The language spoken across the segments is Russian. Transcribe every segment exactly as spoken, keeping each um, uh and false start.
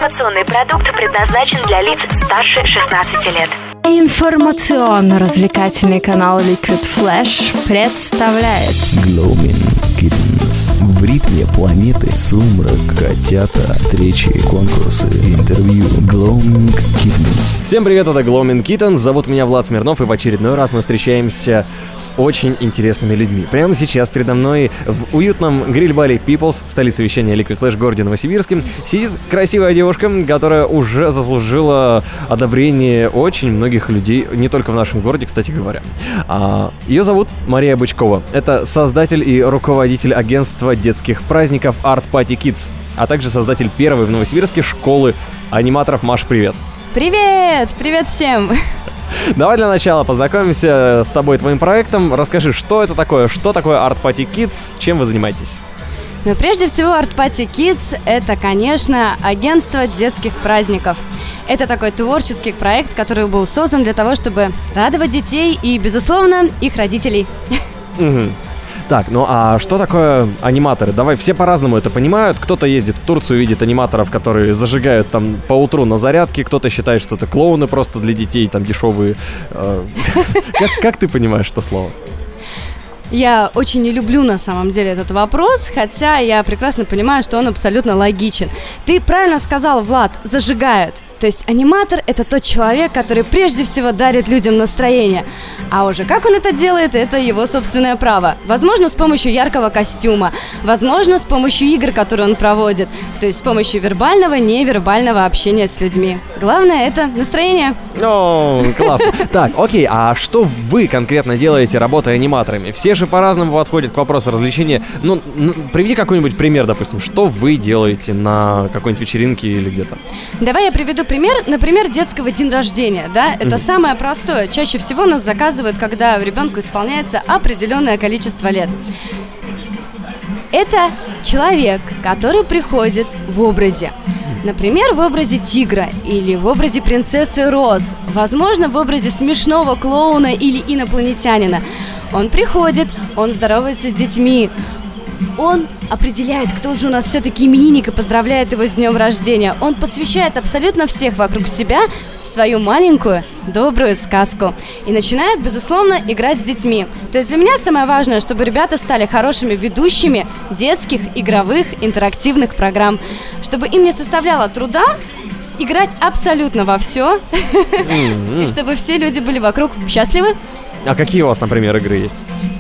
Информационный продукт предназначен для лиц старше шестнадцати лет. Информационно-развлекательный канал Liquid Flash представляет Glowing Kittens. В ритме планеты сумрак, котята, встречи, конкурсы, интервью. Glowing Kittens. Всем привет, это Glowing Kittens. Зовут меня Влад Смирнов, и в очередной раз мы встречаемся с очень интересными людьми. Прямо сейчас передо мной в уютном гриль-баре Peoples в столице вещания Liquid Flash городе Новосибирске сидит красивая девушка, которая уже заслужила одобрение очень многих людей, не только в нашем городе, кстати говоря. А, ее зовут Мария Бычкова. Это создатель и руководитель агентства детских праздников Art Party Kids, а также создатель первой в Новосибирске школы аниматоров. Маш, привет! Привет! Привет всем! Давай для начала познакомимся с тобой и твоим проектом. Расскажи, что это такое, что такое Art Party Kids, чем вы занимаетесь? Ну, прежде всего, Art Party Kids – это, конечно, агентство детских праздников. Это такой творческий проект, который был создан для того, чтобы радовать детей и, безусловно, их родителей. Угу. Так, ну а что такое аниматоры? Давай, все по-разному это понимают. Кто-то ездит в Турцию, видит аниматоров, которые зажигают там по утру на зарядке. Кто-то считает, что это клоуны просто для детей, там дешевые. Как ты понимаешь это слово? Я очень не люблю на самом деле этот вопрос, хотя я прекрасно понимаю, что он абсолютно логичен. Ты правильно сказал, Влад, зажигают. То есть аниматор – это тот человек, который прежде всего дарит людям настроение. А уже как он это делает, это его собственное право. Возможно, с помощью яркого костюма, возможно, с помощью игр, которые он проводит. То есть с помощью вербального, невербального общения с людьми. Главное – это настроение. О, классно. Так, окей, а что вы конкретно делаете, работая аниматорами? Все же по-разному подходят к вопросу развлечения. Ну, ну, приведи какой-нибудь пример, допустим, что вы делаете на какой-нибудь вечеринке или где-то? Давай я приведу пример, например, детского день рождения, да, это mm-hmm. самое простое. Чаще всего нас заказывают, когда ребенку исполняется определенное количество лет. Это человек, который приходит в образе. Например, в образе тигра или в образе принцессы Роз, возможно, в образе смешного клоуна или инопланетянина. Он приходит, он здоровается с детьми, он определяет, кто же у нас все-таки именинник, и поздравляет его с днем рождения. Он посвящает абсолютно всех вокруг себя в свою маленькую добрую сказку и начинает, безусловно, играть с детьми. То есть для меня самое важное, чтобы ребята стали хорошими ведущими детских, игровых, интерактивных программ, чтобы им не составляло труда играть абсолютно во все, и чтобы все люди были вокруг счастливы. А какие у вас, например, игры есть?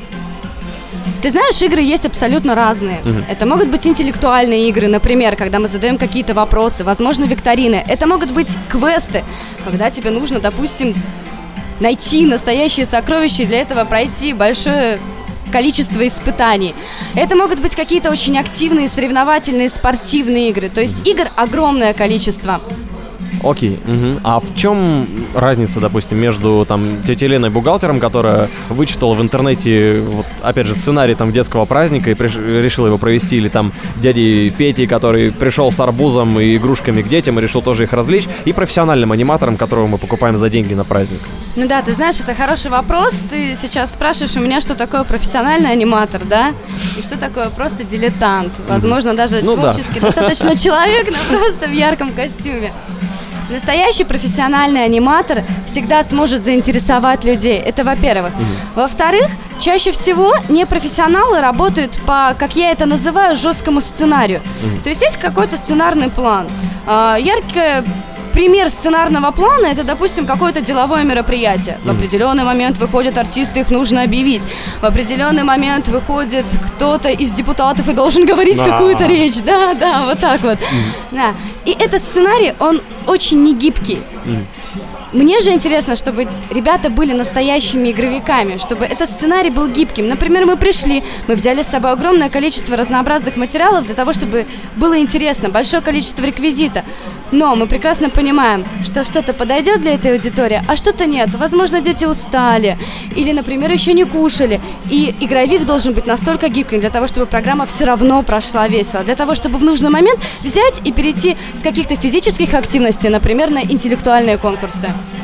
Ты знаешь, игры есть абсолютно разные. Uh-huh. Это могут быть интеллектуальные игры, например, когда мы задаем какие-то вопросы, возможно, викторины. Это могут быть квесты, когда тебе нужно, допустим, найти настоящие сокровища и для этого пройти большое количество испытаний. Это могут быть какие-то очень активные, соревновательные, спортивные игры. То есть игр огромное количество. Окей, угу. А в чем разница, допустим, между там тетей Леной бухгалтером, которая вычитала в интернете, вот, опять же, сценарий там детского праздника и приш... решила его провести, или там дядей Петей, который пришел с арбузом и игрушками к детям и решил тоже их развлечь, и профессиональным аниматором, которого мы покупаем за деньги на праздник? Ну да, ты знаешь, это хороший вопрос. Ты сейчас спрашиваешь у меня, что такое профессиональный аниматор, да? И что такое просто дилетант. Возможно, даже ну, творческий да. достаточно человек, но просто в ярком костюме. Настоящий профессиональный аниматор всегда сможет заинтересовать людей. Это во-первых. Mm-hmm. Во-вторых, чаще всего непрофессионалы работают по, как я это называю, жесткому сценарию. Mm-hmm. То есть есть какой-то сценарный план. А, яркий пример сценарного плана – это, допустим, какое-то деловое мероприятие. Mm-hmm. В определенный момент выходят артисты, их нужно объявить. В определенный момент выходит кто-то из депутатов и должен говорить ah. какую-то речь. Да, да, вот так вот. Mm-hmm. Да. И этот сценарий, он очень негибкий. Mm. Мне же интересно, чтобы ребята были настоящими игровиками, чтобы этот сценарий был гибким. Например, мы пришли, мы взяли с собой огромное количество разнообразных материалов для того, чтобы было интересно, большое количество реквизита. Но мы прекрасно понимаем, что что-то подойдет для этой аудитории, а что-то нет. Возможно, дети устали или, например, еще не кушали. И игровик должен быть настолько гибким для того, чтобы программа все равно прошла весело. Для того, чтобы в нужный момент взять и перейти с каких-то физических активностей, например, на интеллектуальные конкурсы.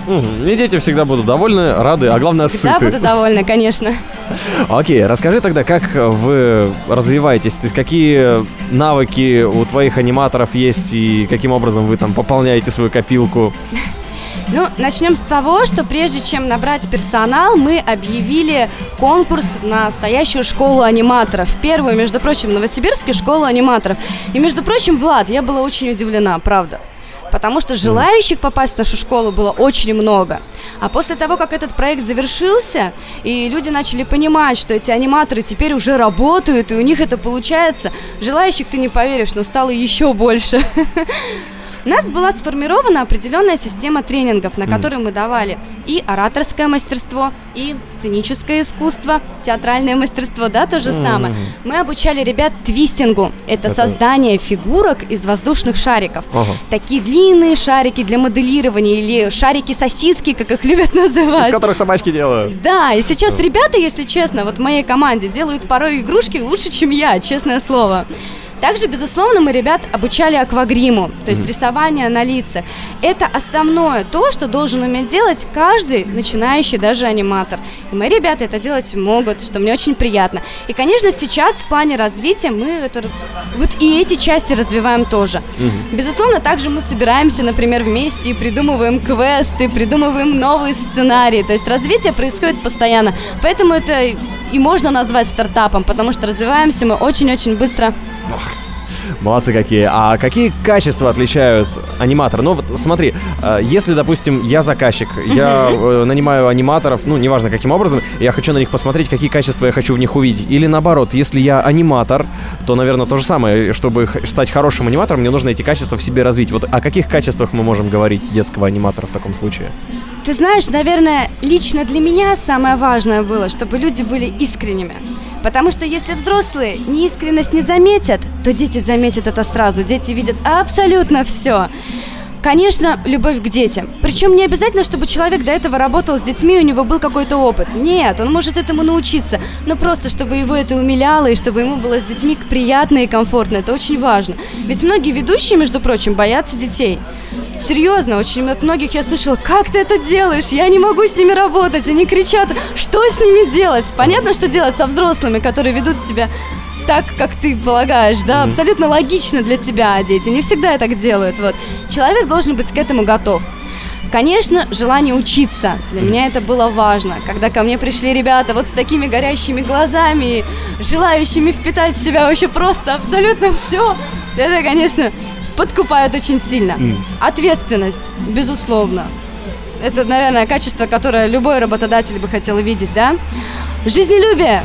Угу. И дети всегда будут довольны, рады, а главное всегда сыты. Всегда буду довольна, конечно. Окей, расскажи тогда, как вы развиваетесь, то есть какие навыки у твоих аниматоров есть и каким образом вы там пополняете свою копилку? Ну, начнем с того, что прежде чем набрать персонал, мы объявили конкурс в настоящую школу аниматоров. Первую, между прочим, в Новосибирске школу аниматоров. И, между прочим, Влад, я была очень удивлена, правда. Потому что желающих попасть в нашу школу было очень много. А после того, как этот проект завершился, и люди начали понимать, что эти аниматоры теперь уже работают, и у них это получается, желающих, ты не поверишь, но стало еще больше. У нас была сформирована определенная система тренингов, на которой мы давали и ораторское мастерство, и сценическое искусство, театральное мастерство, да, то же самое. Мы обучали ребят твистингу. Это, Это... создание фигурок из воздушных шариков. Ага. Такие длинные шарики для моделирования или шарики-сосиски, как их любят называть. Из которых собачки делают. Да, и сейчас ребята, если честно, вот в моей команде делают порой игрушки лучше, чем я, честное слово. Также, безусловно, мы ребят обучали аквагриму, то есть mm-hmm. рисование на лицах. Это основное то, что должен уметь делать каждый начинающий даже аниматор. И мои ребята это делать могут, что мне очень приятно. И, конечно, сейчас в плане развития мы это, вот и эти части развиваем тоже. Mm-hmm. Безусловно, также мы собираемся, например, вместе и придумываем квесты, придумываем новые сценарии. То есть развитие происходит постоянно. Поэтому это и можно назвать стартапом, потому что развиваемся мы очень-очень быстро. Молодцы какие. А какие качества отличают аниматора? Ну вот смотри, если, допустим, я заказчик, uh-huh. я нанимаю аниматоров, ну неважно каким образом, я хочу на них посмотреть, какие качества я хочу в них увидеть. Или наоборот, если я аниматор, то, наверное, то же самое. Чтобы стать хорошим аниматором, мне нужно эти качества в себе развить. Вот о каких качествах мы можем говорить детского аниматора в таком случае? Ты знаешь, наверное, лично для меня самое важное было, чтобы люди были искренними. Потому что если взрослые неискренность не заметят, то дети заметят это сразу. Дети видят абсолютно все. Конечно, любовь к детям. Причем не обязательно, чтобы человек до этого работал с детьми, у него был какой-то опыт. Нет, он может этому научиться. Но просто, чтобы его это умиляло, и чтобы ему было с детьми приятно и комфортно. Это очень важно. Ведь многие ведущие, между прочим, боятся детей. Серьезно, очень от многих я слышала: как ты это делаешь? Я не могу с ними работать. Они кричат: что с ними делать? Понятно, что делать со взрослыми, которые ведут себя так, как ты полагаешь, да, mm-hmm. абсолютно логично для тебя, а дети не всегда так делают. Вот. Человек должен быть к этому готов. Конечно, желание учиться. Для меня это было важно. Когда ко мне пришли ребята вот с такими горящими глазами, желающими впитать в себя вообще просто абсолютно все, это, конечно, подкупает очень сильно. Mm. Ответственность, безусловно. Это, наверное, качество, которое любой работодатель бы хотел видеть, да? Жизнелюбие.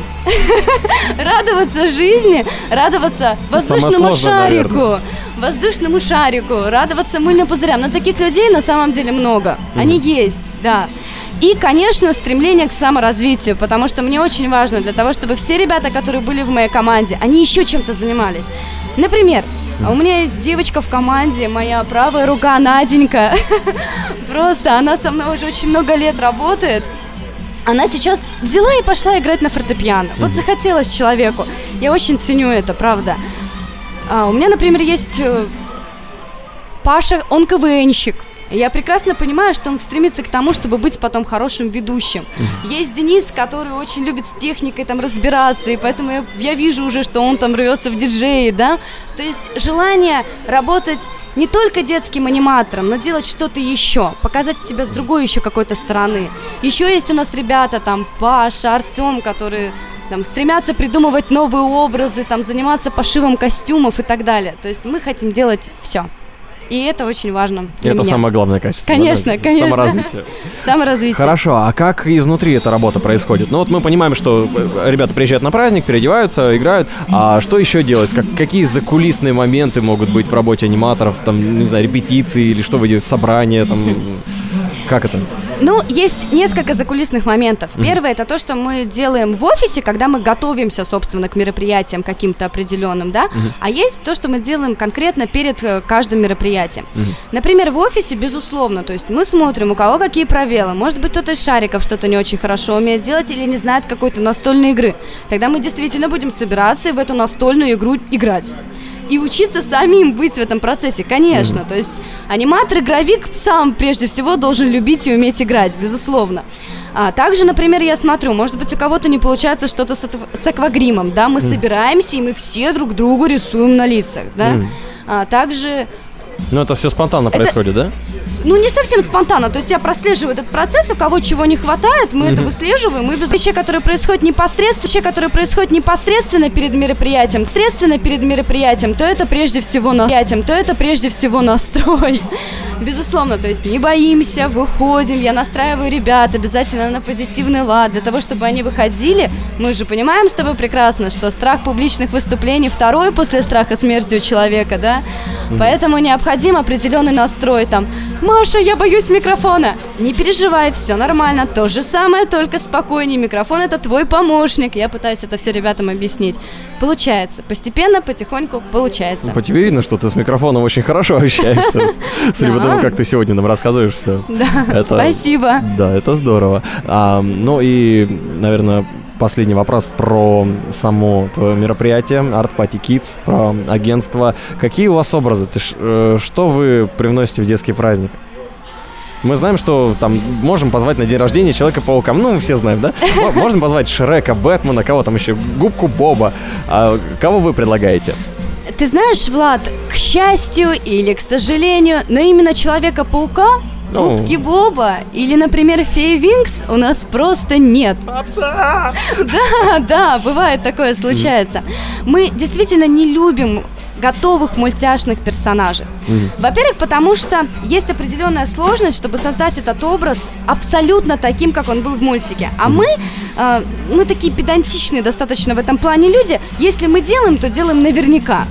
Радоваться жизни, радоваться воздушному шарику. Наверное. Воздушному шарику, радоваться мыльным пузырям. Но таких людей на самом деле много. Mm. Они есть, да. И, конечно, стремление к саморазвитию, потому что мне очень важно для того, чтобы все ребята, которые были в моей команде, они еще чем-то занимались. Например, а у меня есть девочка в команде, моя правая рука Наденька. Просто она со мной уже очень много лет работает. Она сейчас взяла и пошла играть на фортепиано. Вот захотелось человеку. Я очень ценю это, правда. А у меня, например, есть Паша, он КВНщик. Я прекрасно понимаю, что он стремится к тому, чтобы быть потом хорошим ведущим. Mm-hmm. Есть Денис, который очень любит с техникой там разбираться, и поэтому я, я вижу уже, что он там рвется в диджеи, да. То есть желание работать не только детским аниматором, но делать что-то еще, показать себя с другой еще какой-то стороны. Еще есть у нас ребята, там, Паша, Артем, которые там стремятся придумывать новые образы, там, заниматься пошивом костюмов и так далее. То есть мы хотим делать все. И это очень важно для это меня. Самое главное качество. Конечно, да? конечно. Саморазвитие. Саморазвитие. Хорошо, а как изнутри эта работа происходит? Ну вот мы понимаем, что ребята приезжают на праздник, переодеваются, играют. А что еще делать? Как, какие закулисные моменты могут быть в работе аниматоров? Там, не знаю, репетиции или что вы делаете, собрания там... Как это? Ну, есть несколько закулисных моментов. Mm-hmm. Первое, это то, что мы делаем в офисе, когда мы готовимся, собственно, к мероприятиям каким-то определенным, да? Mm-hmm. А есть то, что мы делаем конкретно перед каждым мероприятием. Mm-hmm. Например, в офисе, безусловно, то есть мы смотрим, у кого какие пробелы. Может быть, кто-то из шариков что-то не очень хорошо умеет делать или не знает какой-то настольной игры. Тогда мы действительно будем собираться и в эту настольную игру играть. и учиться самим быть в этом процессе, конечно. Mm-hmm. То есть аниматор, игровик сам прежде всего должен любить и уметь играть, безусловно. А также, например, я смотрю, может быть, у кого-то не получается что-то с, с аквагримом, да, мы mm. собираемся, и мы все друг другу рисуем на лицах, да. Mm. А также... Ну, это все спонтанно это... происходит, да? Ну, не совсем спонтанно, то есть я прослеживаю этот процесс, у кого чего не хватает, мы mm-hmm. это выслеживаем, и без вещей, которые происходят непосредственно, вещей, которые происходят непосредственно перед мероприятием, непосредственно перед мероприятием, то это прежде всего на... то это прежде всего настрой. Безусловно, то есть не боимся, выходим, я настраиваю ребят обязательно на позитивный лад, для того, чтобы они выходили. Мы же понимаем с тобой прекрасно, что страх публичных выступлений второй после страха смерти у человека, да? Mm-hmm. Поэтому необходим определенный настрой, там, Маша, я боюсь микрофона. Не переживай, все нормально, то же самое, только спокойнее, микрофон это твой помощник. Я пытаюсь это все ребятам объяснить. Получается, постепенно, потихоньку получается. По тебе видно, что ты с микрофоном очень хорошо общаешься. Судя по тому, как ты сегодня нам рассказываешь все. Да, спасибо. Да, это здорово. Ну и, наверное, последний вопрос про само твое мероприятие Art Party Kids, про агентство. Какие у вас образы? Что вы привносите в детский праздник? Мы знаем, что там можем позвать на день рождения Человека-паука. Ну, все знаем, да? Можно позвать Шрека, Бэтмена, кого там еще? Губку Боба. А кого вы предлагаете? Ты знаешь, Влад, к счастью или к сожалению, но именно Человека-паука, Губки Боба или, например, Феи Винкс у нас просто нет. Попса! Да, да, бывает такое, случается. Мы действительно не любим готовых мультяшных персонажей. Mm-hmm. Во-первых, потому что есть определенная сложность, чтобы создать этот образ абсолютно таким, как он был в мультике. А mm-hmm. мы, э, мы такие педантичные достаточно в этом плане люди. Если мы делаем, то делаем наверняка.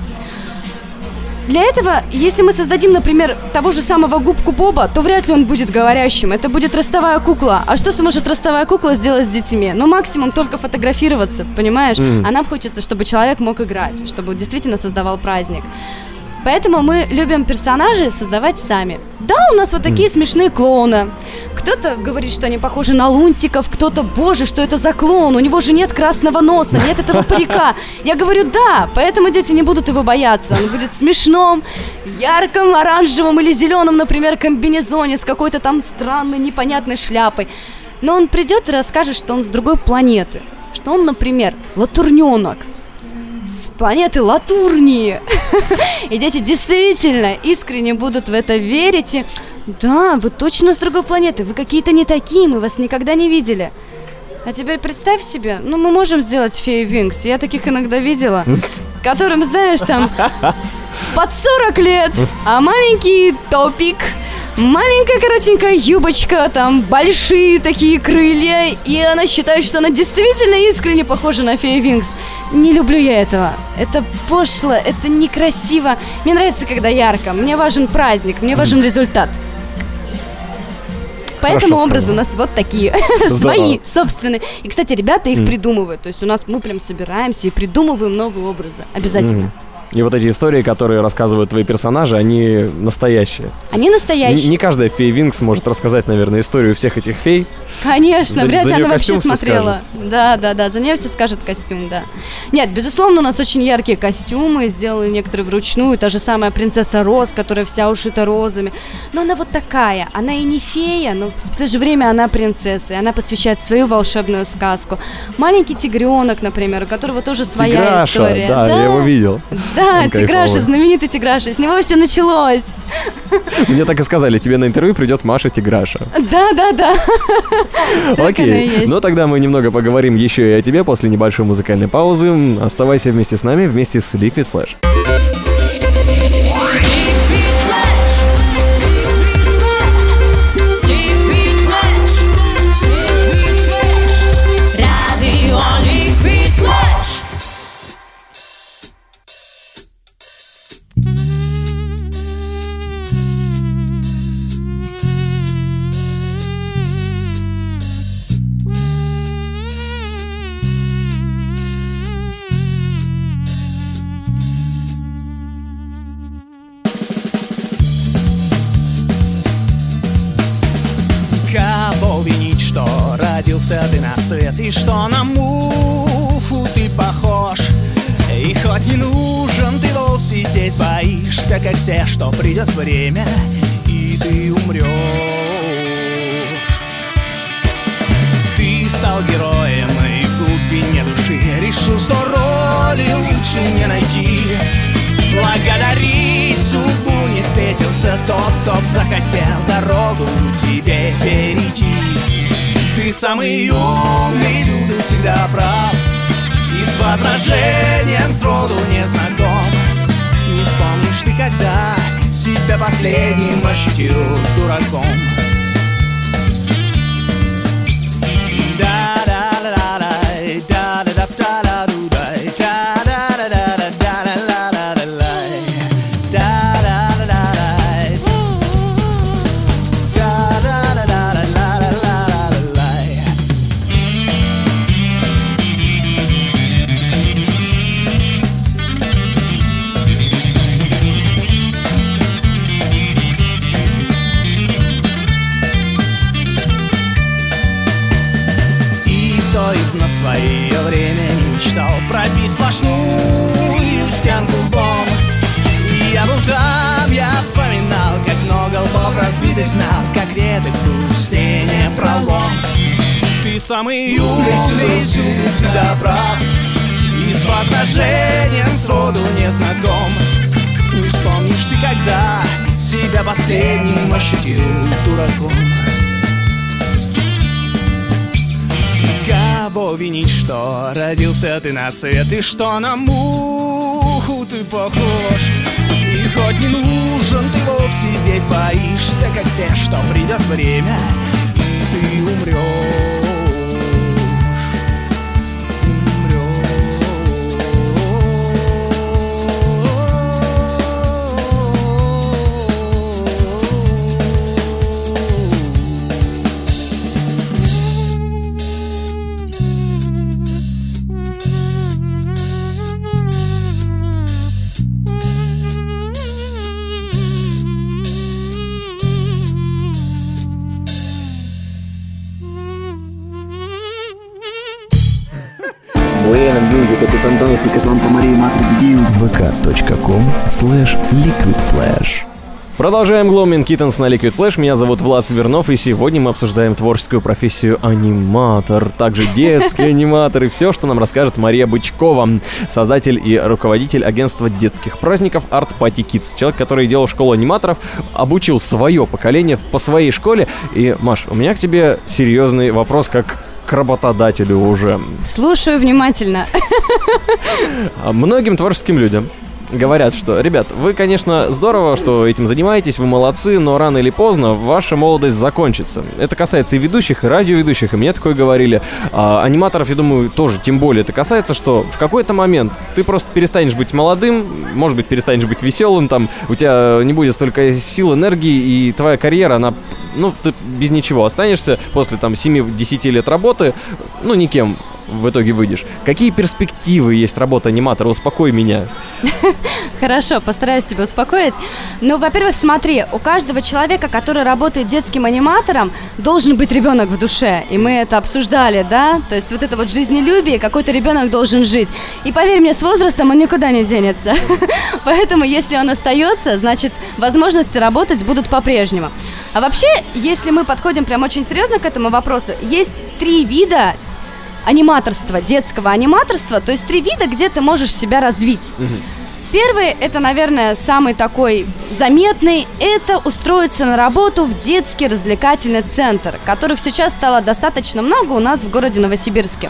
Для этого, если мы создадим, например, того же самого Губку Боба, то вряд ли он будет говорящим. Это будет ростовая кукла. А что сможет ростовая кукла сделать с детьми? Ну, максимум только фотографироваться, понимаешь? Mm. А нам хочется, чтобы человек мог играть, чтобы действительно создавал праздник. Поэтому мы любим персонажей создавать сами. Да, у нас вот такие mm. смешные клоуны. Кто-то говорит, что они похожи на лунтиков, кто-то, боже, что это за клоун, у него же нет красного носа, нет этого парика. Я говорю, да, поэтому дети не будут его бояться. Он будет в смешном, ярком, оранжевом или зеленом, например, комбинезоне с какой-то там странной, непонятной шляпой. Но он придет и расскажет, что он с другой планеты. Что он, например, латурненок. С планеты Латурнии. И дети действительно искренне будут в это верить. И, да, вы точно с другой планеты, вы какие-то не такие, мы вас никогда не видели. А теперь представь себе, ну мы можем сделать Феи Винкс, я таких иногда видела, которым, знаешь, там под сорок лет, а маленький топик, маленькая коротенькая юбочка, там большие такие крылья, и она считает, что она действительно искренне похожа на Феи Винкс. Не люблю я этого. Это пошло, это некрасиво. Мне нравится, когда ярко. Мне важен праздник, мне важен результат. Поэтому образы у нас вот такие. Свои, собственные. И, кстати, ребята их придумывают. То есть у нас мы прям собираемся и придумываем новые образы. Обязательно. И вот эти истории, которые рассказывают твои персонажи, они настоящие. Они настоящие. Не, не каждая Фея Винкс может рассказать, наверное, историю всех этих фей. Конечно, за, вряд ли она вообще смотрела. Да, да, да, за нее все скажет костюм, да. Нет, безусловно, у нас очень яркие костюмы, сделаны некоторые вручную. Та же самая принцесса Роз, которая вся ушита розами. Но она вот такая, она и не фея, но в то же время она принцесса, и она посвящает свою волшебную сказку. Маленький тигренок, например, у которого тоже своя Тиграша, история. Да, да, я его видел. Да, он Тиграша, кайфовый. Знаменитый Тиграша, с него все началось. Мне так и сказали, тебе на интервью придет Маша Тиграша. Да, да, да. Окей, ну тогда мы немного поговорим еще и о тебе после небольшой музыкальной паузы. Оставайся вместе с нами, вместе с Liquid Flash. Ты на свет, и что на муху ты похож. И хоть не нужен ты вовсе вовсе здесь боишься, как все, что придет время, и ты умрешь. Ты стал героем и в глубине души решил, что роли лучше не найти. Благодари судьбу, не встретился тот, кто б захотел дорогу тебе перейти. Ты самый умный, ты всегда прав, и с возражением сроду не знаком. Не вспомнишь ты, когда себя последним ощутил дураком. На свое время мечтал пробить сплошную стенку лбом. И я был там, я вспоминал, как много лбов разбитых знал, как редок пустыня пролом. Ты самый умный, ты всегда прав, и с возражением сроду не знаком. Не вспомнишь ты, когда себя последним ощутил дураком. Кого винить, что родился ты на свет, и что на муху ты похож? И хоть не нужен ты вовсе здесь боишься, как все, что придет время, и ты умрешь. Это фантастика, Санта Мария, Матрик Дьюз. вэ ка точка ком слэш ликвид флэш. Продолжаем Gloaming Kittens на Liquid Flash. Меня зовут Влад Смирнов, и сегодня мы обсуждаем творческую профессию аниматор, также детский аниматор, и все, что нам расскажет Мария Бычкова, создатель и руководитель агентства детских праздников Art Party Kids. Человек, который делал школу аниматоров, обучил свое поколение по своей школе. И, Маш, у меня к тебе серьезный вопрос, как к работодателю уже. Слушаю внимательно. Многим творческим людям говорят, что, ребят, вы, конечно, здорово, что этим занимаетесь, вы молодцы, но рано или поздно ваша молодость закончится. Это касается и ведущих, и радиоведущих, и мне такое говорили. А аниматоров, я думаю, тоже тем более это касается, что в какой-то момент ты просто перестанешь быть молодым, может быть, перестанешь быть веселым, там, у тебя не будет столько сил, энергии, и твоя карьера, она, ну, ты без ничего останешься после, там, семь-десять лет работы, ну, никем в итоге выйдешь. Какие перспективы есть работы аниматора? Успокой меня. Хорошо, постараюсь тебя успокоить. Ну, во-первых, смотри, у каждого человека, который работает детским аниматором, должен быть ребенок в душе. И мы это обсуждали, да? То есть вот это вот жизнелюбие, какой-то ребенок должен жить. И поверь мне, с возрастом он никуда не денется. Поэтому, если он остается, значит, возможности работать будут по-прежнему. А вообще, если мы подходим прям очень серьезно к этому вопросу, есть три вида аниматорства, детского аниматорства, то есть три вида, где ты можешь себя развить. Угу. Первый, это, наверное, самый такой заметный, это устроиться на работу в детский развлекательный центр, которых сейчас стало достаточно много у нас в городе Новосибирске.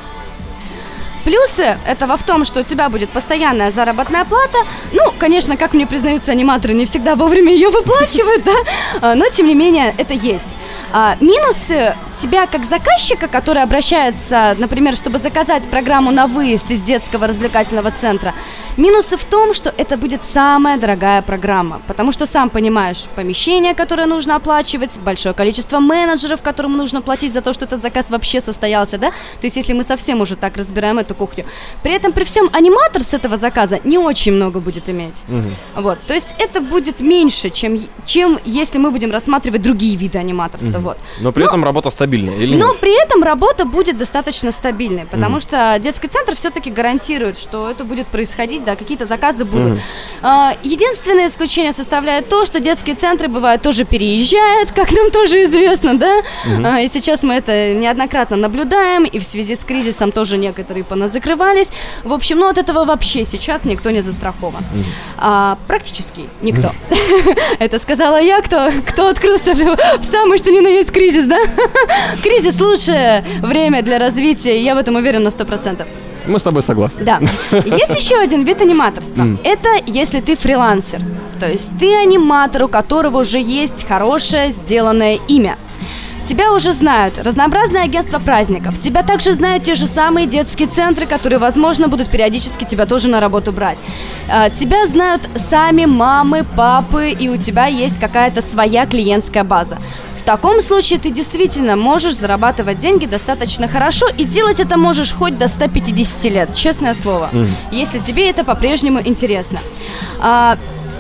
Плюсы этого в том, что у тебя будет постоянная заработная плата. Ну, конечно, как мне признаются аниматоры, не всегда вовремя ее выплачивают, да, но тем не менее это есть. А, минусы тебя как заказчика, который обращается, например, чтобы заказать программу на выезд из детского развлекательного центра. Минусы в том, что это будет самая дорогая программа, потому что, сам понимаешь, помещение, которое нужно оплачивать, большое количество менеджеров, которым нужно платить за то, что этот заказ вообще состоялся, да? То есть, если мы совсем уже так разбираем эту кухню. При этом, при всем, аниматор с этого заказа не очень много будет иметь. Угу. Вот, то есть, это будет меньше, чем, чем если мы будем рассматривать другие виды аниматорства. Угу. Вот. Но при но, этом работа стабильная или Но нет? при этом работа будет достаточно стабильной, потому угу. что детский центр все-таки гарантирует, что это будет происходить приходить, да, какие-то заказы будут. Mm-hmm. Единственное исключение составляет то, что детские центры бывают тоже переезжают, как нам тоже известно, да, mm-hmm. и сейчас мы это неоднократно наблюдаем, и в связи с кризисом тоже некоторые поназакрывались. В общем, ну от этого вообще сейчас никто не застрахован. Mm-hmm. А, практически никто. Mm-hmm. Это сказала я, кто, кто открылся в самый что ни на есть кризис, да? Кризис лучшее время для развития, я в этом уверена на сто процентов. Мы с тобой согласны. Да. Есть еще один вид аниматорства. Mm. Это если ты фрилансер. То есть ты аниматор, у которого уже есть хорошее сделанное имя. Тебя уже знают разнообразные агентства праздников. Тебя также знают те же самые детские центры, которые, возможно, будут периодически тебя тоже на работу брать. Тебя знают сами мамы, папы, и у тебя есть какая-то своя клиентская база. В таком случае ты действительно можешь зарабатывать деньги достаточно хорошо, и делать это можешь хоть до ста пятидесяти лет, честное слово, mm. если тебе это по-прежнему интересно. А,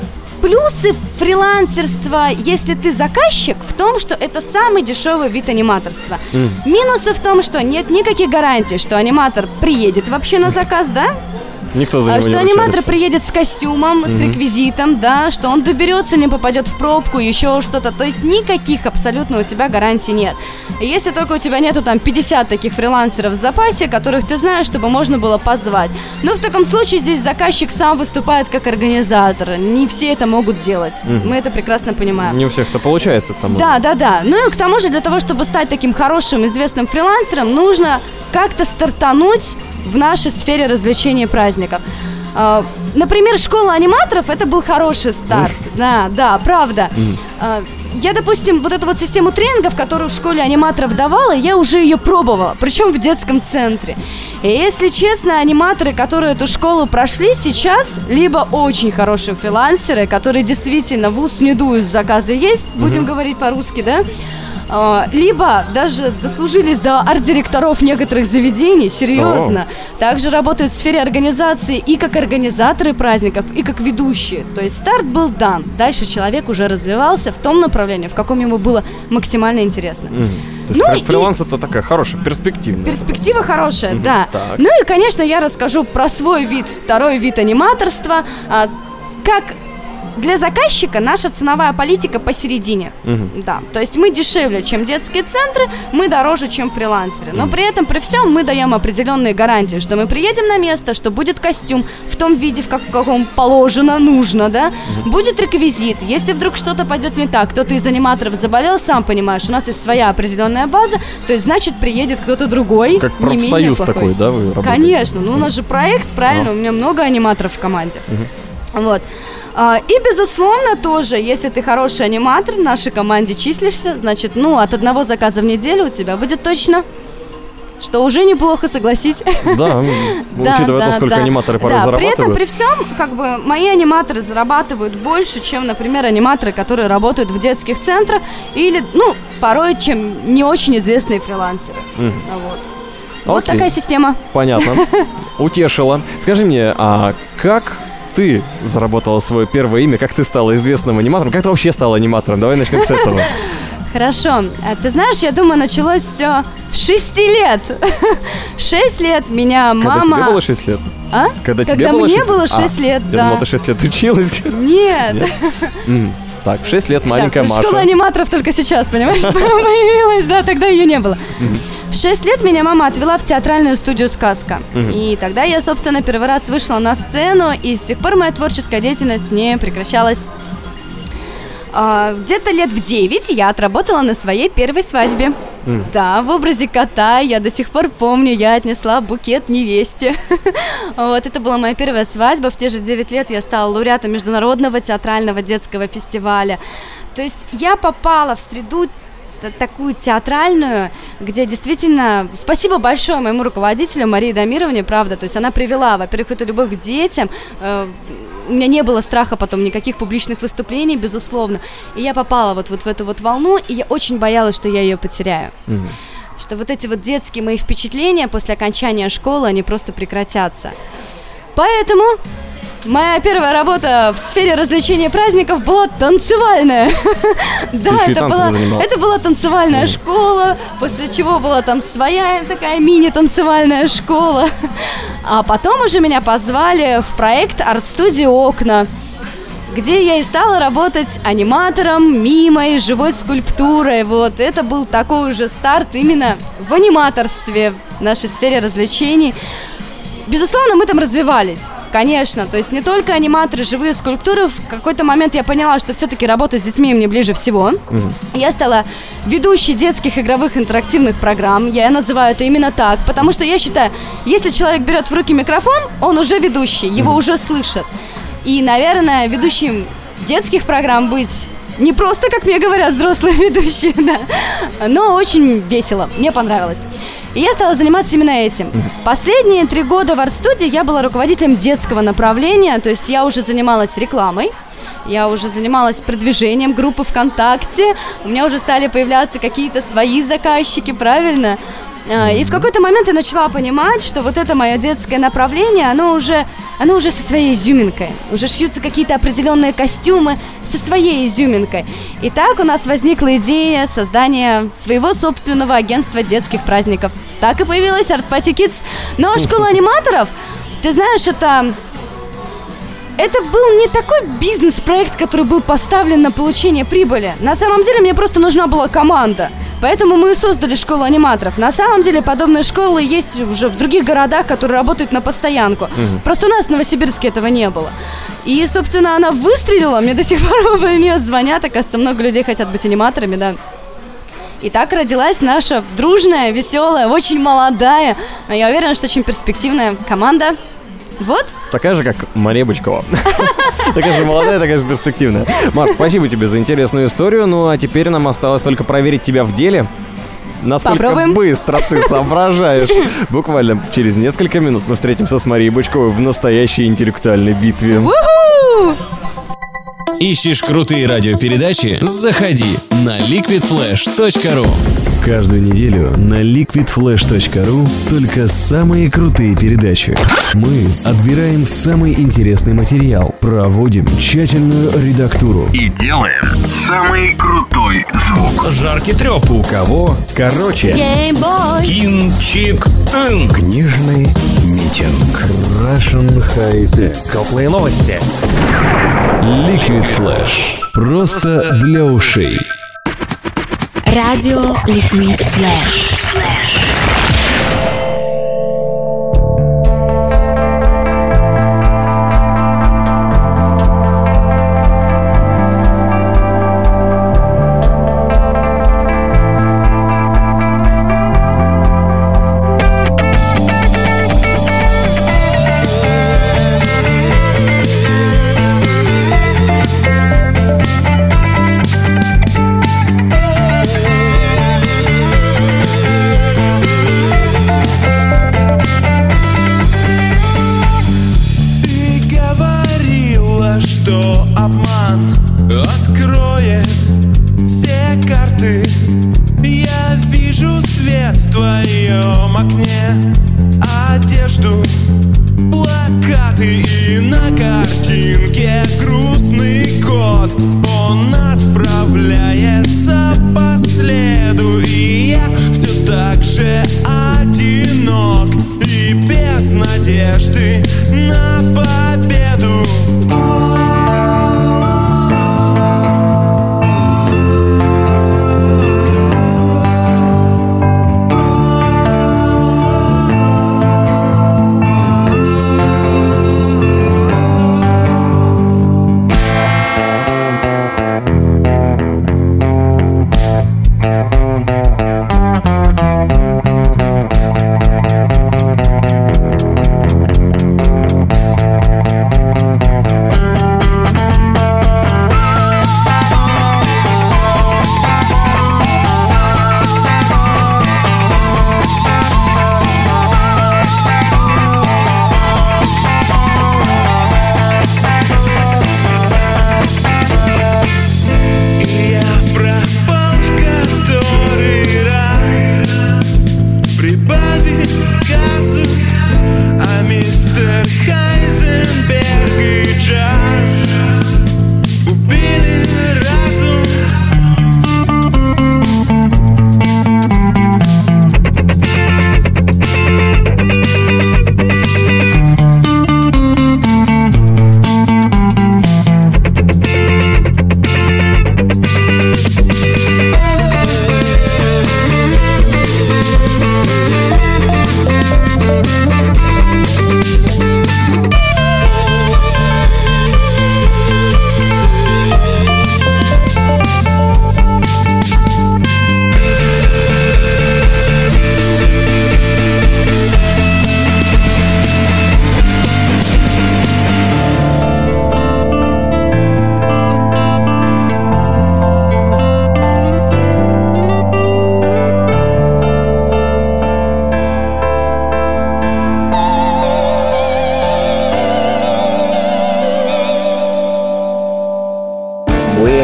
плюсы фрилансерства, если ты заказчик, в том, что это самый дешевый вид аниматорства. Mm. Минусы в том, что нет никаких гарантий, что аниматор приедет вообще на заказ, да? Никто за него что не аниматор ручается. приедет с костюмом, mm-hmm. с реквизитом, да, что он доберется, не попадет в пробку, еще что-то. То есть никаких абсолютно у тебя гарантий нет. И если только у тебя нету там пятьдесят таких фрилансеров в запасе, которых ты знаешь, чтобы можно было позвать. Но в таком случае здесь заказчик сам выступает как организатор. Не все это могут делать. Mm-hmm. Мы это прекрасно понимаем. Не у всех это получается, к тому же. Да, да, да. Ну и к тому же для того, чтобы стать таким хорошим, известным фрилансером, нужно как-то стартануть в нашей сфере развлечений и праздников. Uh, например, школа аниматоров — это был хороший старт. Mm. Да, да, правда. Mm. Uh, я, допустим, вот эту вот систему тренингов, которую в школе аниматоров давала, я уже ее пробовала, причем в детском центре. И если честно, аниматоры, которые эту школу прошли сейчас, либо очень хорошие фрилансеры, которые действительно в ус не дуют, заказы есть, mm-hmm. будем говорить по-русски, да? Либо даже дослужились до арт-директоров некоторых заведений, серьезно. Oh. Также работают в сфере организации и как организаторы праздников, и как ведущие. То есть старт был дан. Дальше человек уже развивался в том направлении, в каком ему было максимально интересно. Mm. То есть ну, фриланс и... это такая хорошая, перспективная. Перспектива хорошая, mm-hmm. да. Так. Ну и, конечно, я расскажу про свой вид, второй вид аниматорства. Как... Для заказчика наша ценовая политика посередине. Uh-huh. Да. То есть мы дешевле, чем детские центры, мы дороже, чем фрилансеры. Но uh-huh. при этом, при всем, мы даем определенные гарантии, что мы приедем на место, что будет костюм в том виде, в, как, в каком положено, нужно, да. Uh-huh. Будет реквизит. Если вдруг что-то пойдет не так, кто-то из аниматоров заболел, сам понимаешь, у нас есть своя определенная база, то есть, значит, приедет кто-то другой. Как профсоюз такой, да, вы работаете? Конечно. Ну, у нас же проект, правильно, uh-huh. у меня много аниматоров в команде. Uh-huh. Вот. И, безусловно, тоже, если ты хороший аниматор, в нашей команде числишься, значит, ну, от одного заказа в неделю у тебя будет точно, что уже неплохо, согласись. Да, учитывая то, сколько аниматоры порой зарабатывают. При этом, при всем, как бы, мои аниматоры зарабатывают больше, чем, например, аниматоры, которые работают в детских центрах, или, ну, порой, чем не очень известные фрилансеры. Вот. Вот такая система. Понятно. Утешила. Скажи мне, а как... ты заработала свое первое имя, как ты стала известным аниматором, как ты вообще стала аниматором? Давай начнем с этого. Хорошо. Ты знаешь, я думаю, началось все с шести лет. Шесть лет меня мама... Когда тебе было шесть лет? А? Когда, Когда тебе было мне шесть... было шесть а, лет, я да. Я думала, ты шесть лет училась. Нет. Нет? Mm. Так, в шесть лет маленькая да, Маша. Школа аниматоров только сейчас, понимаешь, появилась, да, тогда ее не было. Mm-hmm. В шесть лет меня мама отвела в театральную студию «Сказка». Mm-hmm. И тогда я, собственно, первый раз вышла на сцену, и с тех пор моя творческая деятельность не прекращалась. А, где-то лет в девять я отработала на своей первой свадьбе. Mm. Да, в образе кота, я до сих пор помню, я отнесла букет невесте. Вот, это была моя первая свадьба. В те же девять лет я стала лауреатом Международного театрального детского фестиваля. То есть я попала в среду такую театральную, где действительно, спасибо большое моему руководителю Марии Дамировне, правда, то есть она привела, во-первых, эту любовь к детям, э, у меня не было страха потом никаких публичных выступлений, безусловно, и я попала вот, вот в эту вот волну, и я очень боялась, что я ее потеряю. Mm-hmm. Что вот эти вот детские мои впечатления после окончания школы, они просто прекратятся. Поэтому моя первая работа в сфере развлечения праздников была танцевальная. Да, это была, это была танцевальная школа, после чего была там своя такая мини-танцевальная школа. А потом уже меня позвали в проект арт-студии «Окна», где я и стала работать аниматором, мимой, живой скульптурой. Вот, это был такой уже старт именно в аниматорстве, в нашей сфере развлечений. Безусловно, мы там развивались, конечно. То есть не только аниматоры, живые скульптуры. В какой-то момент я поняла, что все-таки работа с детьми мне ближе всего. Mm-hmm. Я стала ведущей детских игровых интерактивных программ. Я называю это именно так, потому что я считаю, если человек берет в руки микрофон, он уже ведущий, его mm-hmm. уже слышат. И, наверное, ведущим детских программ быть не просто, как мне говорят, взрослые ведущие, да, но очень весело, мне понравилось. И я стала заниматься именно этим. Последние три года в арт-студии я была руководителем детского направления, то есть я уже занималась рекламой, я уже занималась продвижением группы ВКонтакте, у меня уже стали появляться какие-то свои заказчики, правильно? И в какой-то момент я начала понимать, что вот это мое детское направление, оно уже, оно уже со своей изюминкой. Уже шьются какие-то определенные костюмы со своей изюминкой. И так у нас возникла идея создания своего собственного агентства детских праздников. Так и появилась Art Party Kids. Но школа аниматоров, ты знаешь, это... Это был не такой бизнес-проект, который был поставлен на получение прибыли. На самом деле мне просто нужна была команда. Поэтому мы и создали школу аниматоров. На самом деле подобные школы есть уже в других городах, которые работают на постоянку. Угу. Просто у нас в Новосибирске этого не было. И, собственно, она выстрелила. Мне до сих пор по нее звонят. Оказывается, много людей хотят быть аниматорами, да. И так родилась наша дружная, веселая, очень молодая, но я уверена, что очень перспективная команда. Вот. Такая же, как Мария Бычкова. Такая же молодая, такая же перспективная. Маш, спасибо тебе за интересную историю. Ну, а теперь нам осталось только проверить тебя в деле. Насколько Попробуем. Быстро ты соображаешь. Буквально через несколько минут мы встретимся с Марией Бычковой в настоящей интеллектуальной битве. У-ху! Ищешь крутые радиопередачи? Заходи на ликвид флэш точка ру. Каждую неделю на ликвид флэш точка ру только самые крутые передачи. Мы отбираем самый интересный материал, проводим тщательную редактуру и делаем самый крутой звук. Жаркий трёп. У кого короче. Кинчик. Книжный митинг. Russian High-Tech. Теплые новости. Liquid Flash. Просто для ушей. Радио Liquid Flash.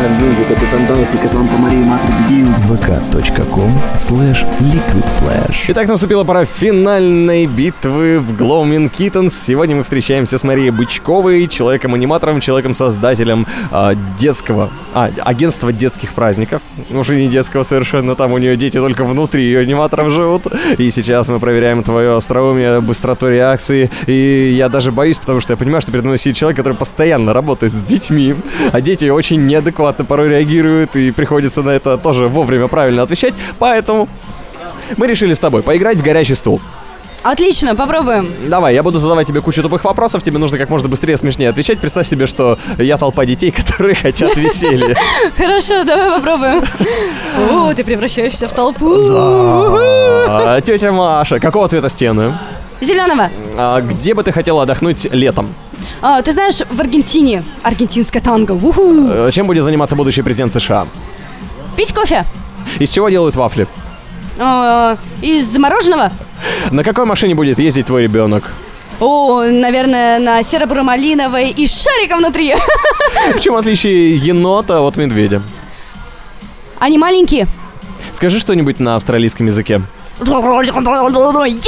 музыка, ты фантастика, Санта Мария, Матрик, Дьюс. vk.com slash liquidflash. Итак, наступила пора финальной битвы в Gloaming Kittens. Сегодня мы встречаемся с Марией Бычковой, человеком-аниматором, человеком-создателем э, детского, а, агентства детских праздников. Уже не детского совершенно, там у нее дети только внутри ее аниматоров живут. И сейчас мы проверяем твое остроумие, быстроту реакции. И я даже боюсь, потому что я понимаю, что передо мной сидит человек, который постоянно работает с детьми, а дети очень неадекватно порой реагируют, и приходится на это тоже вовремя правильно отвечать. Поэтому мы решили с тобой поиграть в горячий стул. Отлично, попробуем. Давай, я буду задавать тебе кучу тупых вопросов, тебе нужно как можно быстрее, смешнее отвечать. Представь себе, что я толпа детей, которые хотят веселья. Хорошо, давай попробуем. О, ты превращаешься в толпу. Да. Тетя Маша, какого цвета стены? Зеленого. А где бы ты хотела отдохнуть летом? А, ты знаешь, в Аргентине. Аргентинское танго. У-ху. Чем будет заниматься будущий президент США? Пить кофе. Из чего делают вафли? А, из мороженого. На какой машине будет ездить твой ребенок? О, наверное, на серо-буро-малиновой и с шариком внутри. В чем отличие енота от медведя? Они маленькие. Скажи что-нибудь на австралийском языке. Yeah!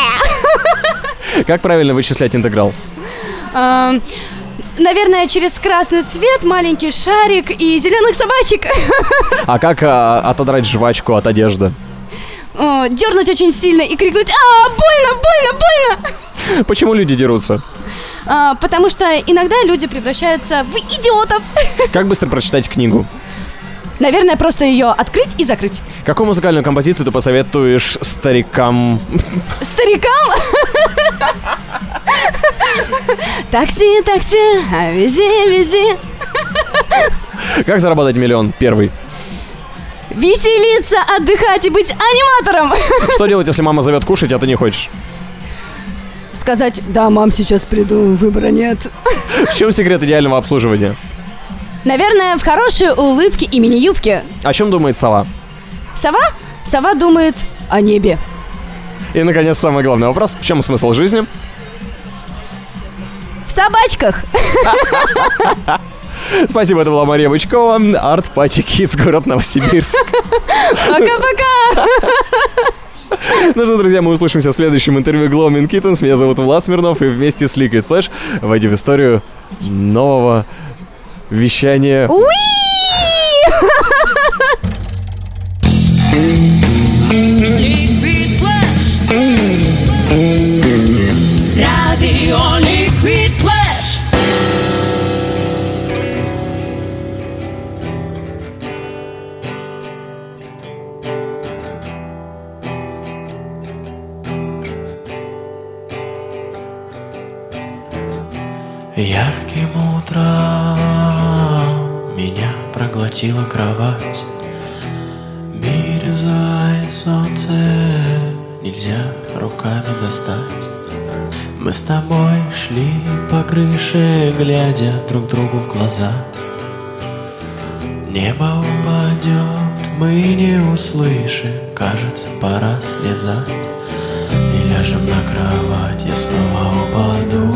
Как правильно вычислять интеграл? Uh, наверное, через красный цвет, маленький шарик и зеленых собачек. А как а, отодрать жвачку от одежды? Uh, дернуть очень сильно и крикнуть: «А, больно, больно, больно!» Почему люди дерутся? Uh, потому что иногда люди превращаются в идиотов. Как быстро прочитать книгу? Наверное, просто ее открыть и закрыть. Какую музыкальную композицию ты посоветуешь старикам? Старикам? Такси, такси, вези, вези. Как заработать миллион? Первый. Веселиться, отдыхать и быть аниматором. Что делать, если мама зовет кушать, а ты не хочешь? Сказать: да, мам, сейчас приду, выбора нет. В чем секрет идеального обслуживания? Наверное, в хорошей улыбке и мини-юбке. О чем думает сова? Сова? Сова думает о небе. И, наконец, самый главный вопрос. В чем смысл жизни? В собачках. Спасибо, это была Мария Бычкова, Art Party Kids, город Новосибирск. Пока-пока. Ну что, друзья, мы услышимся в следующем интервью Gloaming Kittens. Меня зовут Влад Смирнов, и вместе с Liquid Flash войдем в историю нового вещания. Уи! Liquid Flash. Радио Liquid Flash. Ярким утром меня проглотила кровать. Бирюзовое солнце нельзя руками достать. Мы с тобой шли по крыше, глядя друг другу в глаза. Небо упадет, мы не услышим, кажется, пора слезать. И ляжем на кровать, я снова упаду.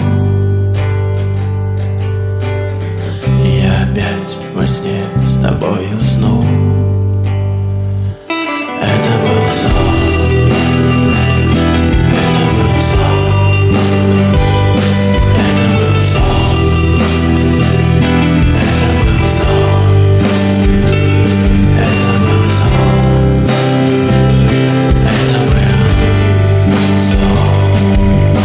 И опять во сне с тобой усну. Это был сон. Это был сон. Это был сон. Это был сон. Это был сон. Это был сон.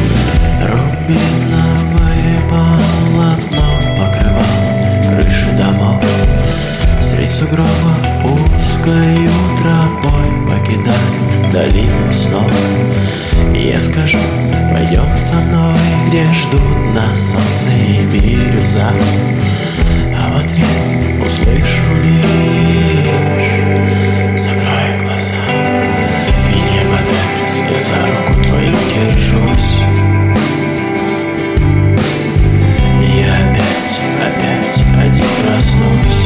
Рубиновое полотно покрывало крыши домов. Средь сугробов узкою тропой покидали долину снов. Я скажу, пойдем со мной, где ждут нас солнце и бирюза. А в ответ услышу лишь: закрой глаза. И небо дрожит, я за руку твою держусь. И опять, опять один проснусь.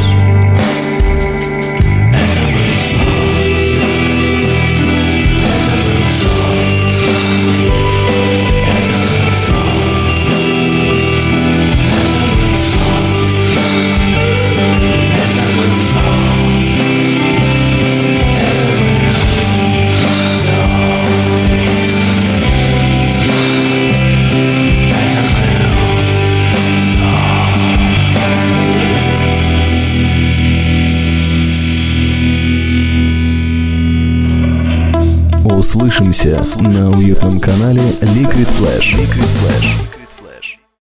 Это был сон. Это был сон. Это был сон. Это был сон. Это услышимся на уютном канале Liquid Flash. Liquid Flash.